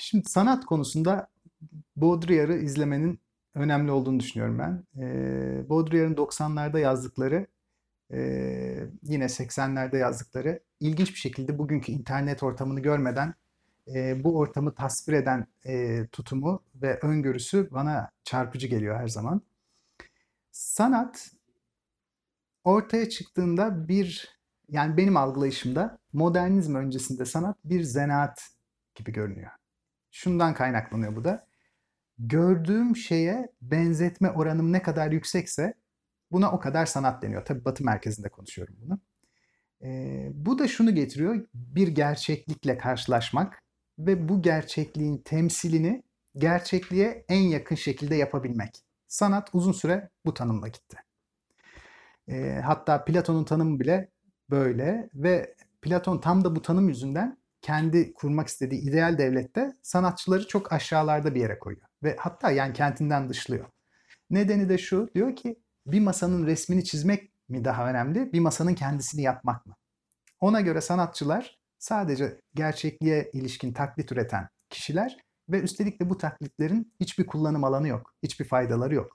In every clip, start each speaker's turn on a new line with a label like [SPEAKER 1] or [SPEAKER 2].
[SPEAKER 1] Şimdi sanat konusunda Baudrillard'ı izlemenin önemli olduğunu düşünüyorum ben. Baudrillard'ın 90'larda yazdıkları, yine 80'lerde yazdıkları ilginç bir şekilde bugünkü internet ortamını görmeden bu ortamı tasvir eden tutumu ve öngörüsü bana çarpıcı geliyor her zaman. Sanat ortaya çıktığında yani benim algılayışımda modernizm öncesinde sanat bir zanaat gibi görünüyor. Şundan kaynaklanıyor bu da. Gördüğüm şeye benzetme oranım ne kadar yüksekse buna o kadar sanat deniyor. Tabii Batı merkezinde konuşuyorum bunu. Bu da şunu getiriyor. Bir gerçeklikle karşılaşmak ve bu gerçekliğin temsilini gerçekliğe en yakın şekilde yapabilmek. Sanat uzun süre bu tanımla gitti. Hatta Platon'un tanımı bile böyle ve Platon tam da bu tanım yüzünden kendi kurmak istediği ideal devlette sanatçıları çok aşağılarda bir yere koyuyor. Ve hatta yani kentinden dışlıyor. Nedeni de şu, diyor ki bir masanın resmini çizmek mi daha önemli, bir masanın kendisini yapmak mı? Ona göre sanatçılar sadece gerçekliğe ilişkin taklit üreten kişiler ve üstelik de bu taklitlerin hiçbir kullanım alanı yok, hiçbir faydaları yok.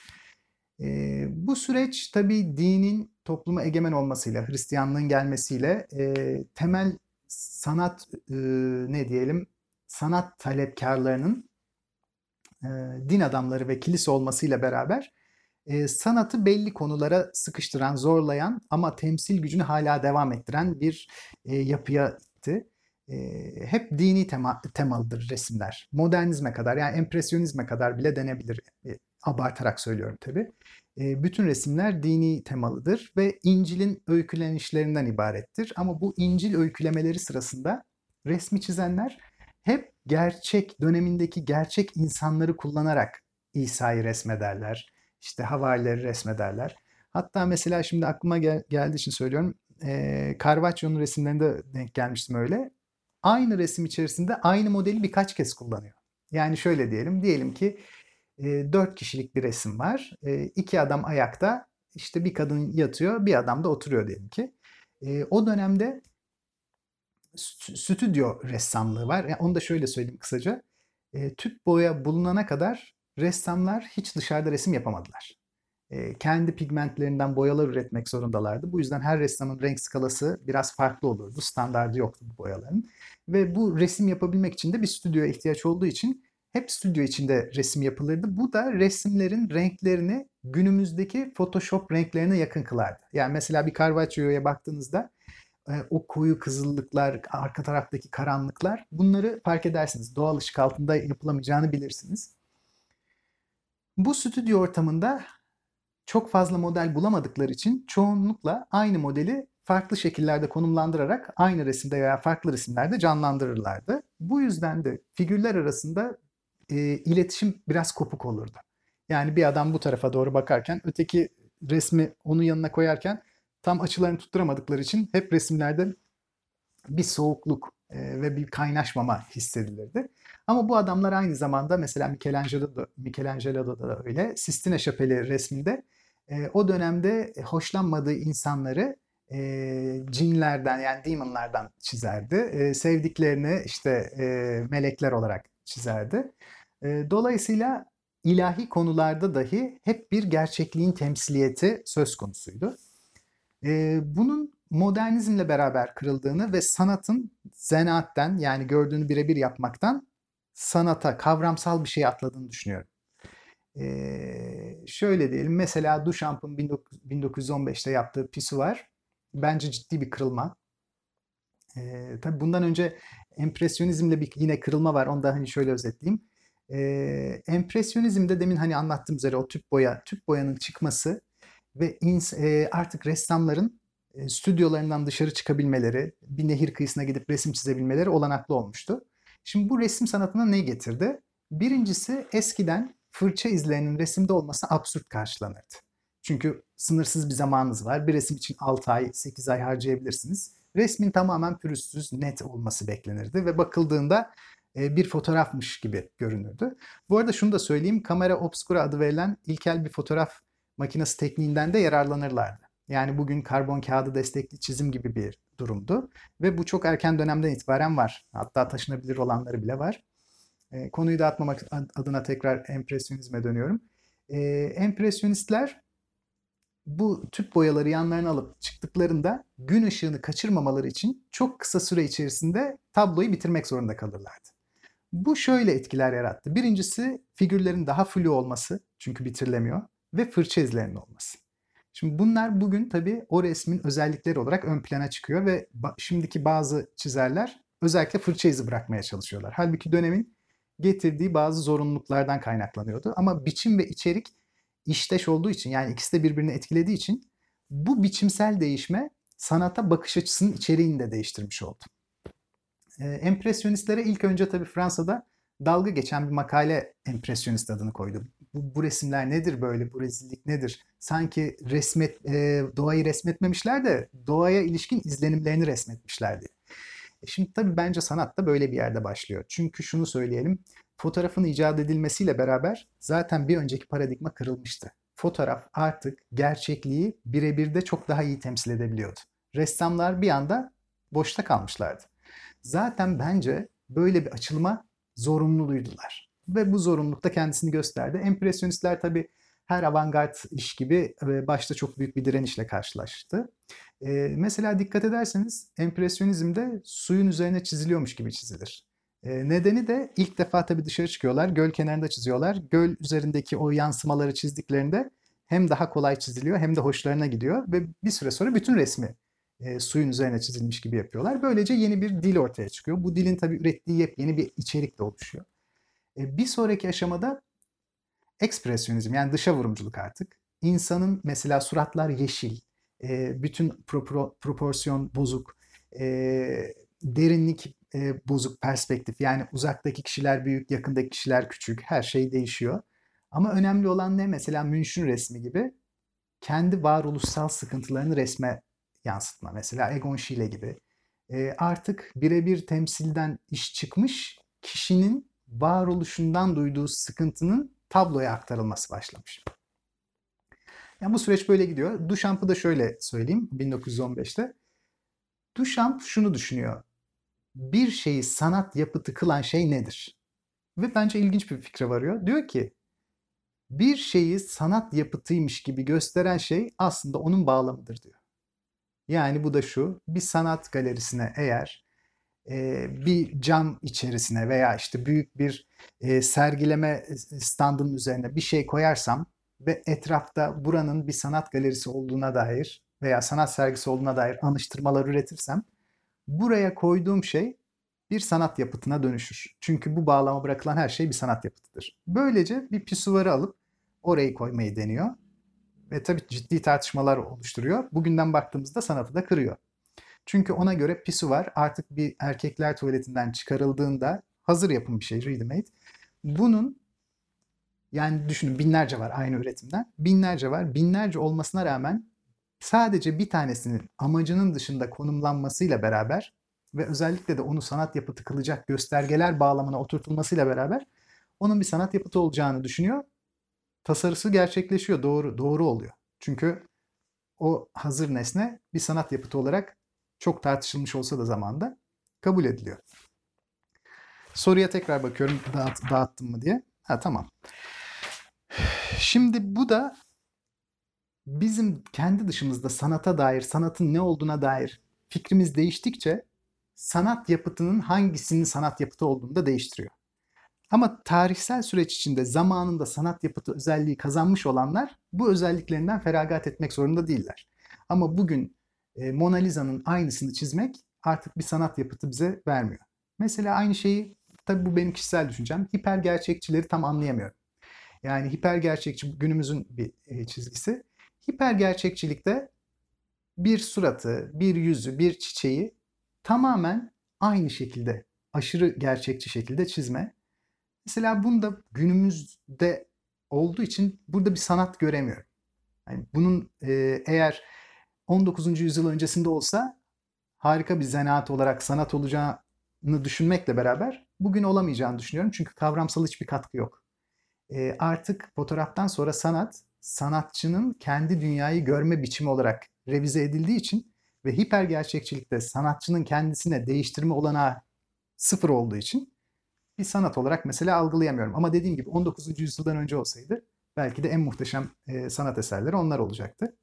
[SPEAKER 1] Bu süreç tabii dinin topluma egemen olmasıyla, Hristiyanlığın gelmesiyle temel sanat ne diyelim sanat talepkarlarının din adamları ve kilise olmasıyla beraber sanatı belli konulara sıkıştıran, zorlayan ama temsil gücünü hala devam ettiren bir yapıya itti. Hep dini temalıdır resimler. Modernizme kadar yani empresyonizme kadar bile denebilir. Abartarak söylüyorum tabii. Bütün resimler dini temalıdır ve İncil'in öykülenişlerinden ibarettir. Ama bu İncil öykülemeleri sırasında resmi çizenler hep gerçek dönemindeki gerçek insanları kullanarak İsa'yı resmederler. İşte havarileri resmederler. Hatta mesela şimdi aklıma geldiği için söylüyorum. Caravaggio'nun resimlerinde denk gelmiştim öyle. Aynı resim içerisinde aynı modeli birkaç kez kullanıyor. Yani şöyle diyelim. Diyelim ki 4 kişilik bir resim var. İki adam ayakta, işte bir kadın yatıyor, bir adam da oturuyor diyelim ki. O dönemde stüdyo ressamlığı var. Yani onu da şöyle söyleyeyim kısaca. Tüp boya bulunana kadar ressamlar hiç dışarıda resim yapamadılar. Kendi pigmentlerinden boyalar üretmek zorundalardı. Bu yüzden her ressamın renk skalası biraz farklı olurdu. Standardı yoktu bu boyaların. Ve bu resim yapabilmek için de bir stüdyoya ihtiyaç olduğu için hep stüdyo içinde resim yapılırdı. Bu da resimlerin renklerini günümüzdeki Photoshop renklerine yakın kılardı. Yani mesela bir Caravaggio'ya baktığınızda o koyu kızıllıklar, arka taraftaki karanlıklar bunları fark edersiniz. Doğal ışık altında yapılamayacağını bilirsiniz. Bu stüdyo ortamında çok fazla model bulamadıkları için çoğunlukla aynı modeli farklı şekillerde konumlandırarak aynı resimde veya farklı resimlerde canlandırırlardı. Bu yüzden de figürler arasında iletişim biraz kopuk olurdu. Yani bir adam bu tarafa doğru bakarken öteki resmi onun yanına koyarken tam açılarını tutturamadıkları için hep resimlerde bir soğukluk ve bir kaynaşmama hissedilirdi. Ama bu adamlar aynı zamanda mesela Michelangelo'da da öyle. Sistine Şapeli resminde o dönemde hoşlanmadığı insanları cinlerden yani demonlardan çizerdi. Sevdiklerini işte melekler olarak çizerdi. Dolayısıyla ilahi konularda dahi hep bir gerçekliğin temsiliyeti söz konusuydu. Bunun modernizmle beraber kırıldığını ve sanatın zanaatten yani gördüğünü birebir yapmaktan sanata, kavramsal bir şeye atladığını düşünüyorum. Şöyle diyelim mesela Duchamp'ın 1915'te yaptığı Pisuvar bence ciddi bir kırılma. Tabii bundan önce empresyonizmle bir yine kırılma var. Onu da hani şöyle özetleyeyim. Empresyonizmde demin hani anlattığım üzere o tüp boyanın çıkması ve artık ressamların stüdyolarından dışarı çıkabilmeleri, bir nehir kıyısına gidip resim çizebilmeleri olanaklı olmuştu. Şimdi bu resim sanatına ne getirdi? Birincisi eskiden fırça izlerinin resimde olması absürt karşılanırdı. Çünkü sınırsız bir zamanınız var. Bir resim için 6 ay, 8 ay harcayabilirsiniz. Resmin tamamen pürüzsüz, net olması beklenirdi ve bakıldığında bir fotoğrafmış gibi görünürdü. Bu arada şunu da söyleyeyim, kamera obscura adı verilen ilkel bir fotoğraf makinesi tekniğinden de yararlanırlardı. Yani bugün karbon kağıdı destekli çizim gibi bir durumdu ve bu çok erken dönemden itibaren var. Hatta taşınabilir olanları bile var. Konuyu dağıtmamak adına tekrar empresyonizme dönüyorum. Empresyonistler bu tüp boyaları yanlarına alıp çıktıklarında gün ışığını kaçırmamaları için çok kısa süre içerisinde tabloyu bitirmek zorunda kalırlardı. Bu şöyle etkiler yarattı. Birincisi figürlerin daha flu olması, çünkü bitirilemiyor, ve fırça izlerinin olması. Şimdi bunlar bugün tabii o resmin özellikleri olarak ön plana çıkıyor ve şimdiki bazı çizerler özellikle fırça izi bırakmaya çalışıyorlar. Halbuki dönemin getirdiği bazı zorunluluklardan kaynaklanıyordu. Ama biçim ve içerik işteş olduğu için, yani ikisi de birbirini etkilediği için bu biçimsel değişme sanata bakış açısının içeriğini de değiştirmiş oldu. Empresyonistlere ilk önce tabii Fransa'da dalga geçen bir makale empresyonist adını koydu. Bu resimler nedir böyle, bu rezillik nedir? Sanki doğayı resmetmemişler de doğaya ilişkin izlenimlerini resmetmişler diye. Şimdi tabii bence sanat da böyle bir yerde başlıyor. Çünkü şunu söyleyelim, fotoğrafın icat edilmesiyle beraber zaten bir önceki paradigma kırılmıştı. Fotoğraf artık gerçekliği birebir de çok daha iyi temsil edebiliyordu. Ressamlar bir anda boşta kalmışlardı. Zaten bence böyle bir açılıma zorunlu duydular. Ve bu zorunluluk da kendisini gösterdi. Empresyonistler tabii her avantgard iş gibi başta çok büyük bir direnişle karşılaştı. Mesela dikkat ederseniz empresyonizmde suyun üzerine çiziliyormuş gibi çizilir. Nedeni de ilk defa tabii dışarı çıkıyorlar, göl kenarında çiziyorlar. Göl üzerindeki o yansımaları çizdiklerinde hem daha kolay çiziliyor hem de hoşlarına gidiyor ve bir süre sonra bütün resmi suyun üzerine çizilmiş gibi yapıyorlar. Böylece yeni bir dil ortaya çıkıyor. Bu dilin tabii ürettiği yepyeni bir içerik de oluşuyor. Bir sonraki aşamada ekspresyonizm, yani dışa vurumculuk artık. İnsanın mesela suratlar yeşil, bütün proporsiyon bozuk, derinlik bozuk, perspektif. Yani uzaktaki kişiler büyük, yakındaki kişiler küçük, her şey değişiyor. Ama önemli olan ne? Mesela Munch'un resmi gibi kendi varoluşsal sıkıntılarını resme yansıtma. Mesela Egon Schiele gibi. Artık birebir temsilden iş çıkmış, kişinin varoluşundan duyduğu sıkıntının tabloya aktarılması başlamış. Yani bu süreç böyle gidiyor. Duchamp'ı da şöyle söyleyeyim 1915'te. Duchamp şunu düşünüyor. Bir şeyi sanat yapıtı kılan şey nedir? Ve bence ilginç bir fikre varıyor. Diyor ki bir şeyi sanat yapıtıymış gibi gösteren şey aslında onun bağlamıdır diyor. Yani bu da şu, bir sanat galerisine eğer bir cam içerisine veya işte büyük bir sergileme standının üzerine bir şey koyarsam ve etrafta buranın bir sanat galerisi olduğuna dair veya sanat sergisi olduğuna dair anıştırmalar üretirsem buraya koyduğum şey bir sanat yapıtına dönüşür. Çünkü bu bağlama bırakılan her şey bir sanat yapıtıdır. Böylece bir pisuvarı alıp orayı koymayı deniyor. Ve tabii ciddi tartışmalar oluşturuyor. Bugünden baktığımızda sanatı da kırıyor. Çünkü ona göre pisuvar artık bir erkekler tuvaletinden çıkarıldığında hazır yapım bir şey, ready made. Bunun, yani düşünün, binlerce var aynı üretimden. Binlerce var. Binlerce olmasına rağmen sadece bir tanesinin amacının dışında konumlanmasıyla beraber ve özellikle de onu sanat yapıtı kılacak göstergeler bağlamına oturtulmasıyla beraber onun bir sanat yapıtı olacağını düşünüyor. Tasarısı gerçekleşiyor, doğru oluyor. Çünkü o hazır nesne bir sanat yapıtı olarak çok tartışılmış olsa da zamanda kabul ediliyor. Soruya tekrar bakıyorum, dağıttım mı diye. Ha, tamam. Şimdi bu da bizim kendi dışımızda sanata dair, sanatın ne olduğuna dair fikrimiz değiştikçe sanat yapıtının hangisinin sanat yapıtı olduğunu da değiştiriyor. Ama tarihsel süreç içinde zamanında sanat yapıtı özelliği kazanmış olanlar bu özelliklerinden feragat etmek zorunda değiller. Ama bugün Mona Lisa'nın aynısını çizmek artık bir sanat yapıtı bize vermiyor. Mesela aynı şeyi, tabii bu benim kişisel düşüncem, hipergerçekçileri tam anlayamıyorum. Yani hipergerçekçi günümüzün bir çizgisi. Hipergerçekçilikte bir suratı, bir yüzü, bir çiçeği tamamen aynı şekilde, aşırı gerçekçi şekilde çizme. Mesela bunda günümüzde olduğu için burada bir sanat göremiyorum. Yani bunun eğer 19. yüzyıl öncesinde olsa harika bir zanaat olarak sanat olacağını düşünmekle beraber bugün olamayacağını düşünüyorum. Çünkü kavramsal hiçbir katkı yok. Artık fotoğraftan sonra sanat, sanatçının kendi dünyayı görme biçimi olarak revize edildiği için ve hipergerçekçilikte sanatçının kendisine değiştirme olanağı sıfır olduğu için bir sanat olarak mesela algılayamıyorum. Ama dediğim gibi 19. yüzyıldan önce olsaydı belki de en muhteşem sanat eserleri onlar olacaktı.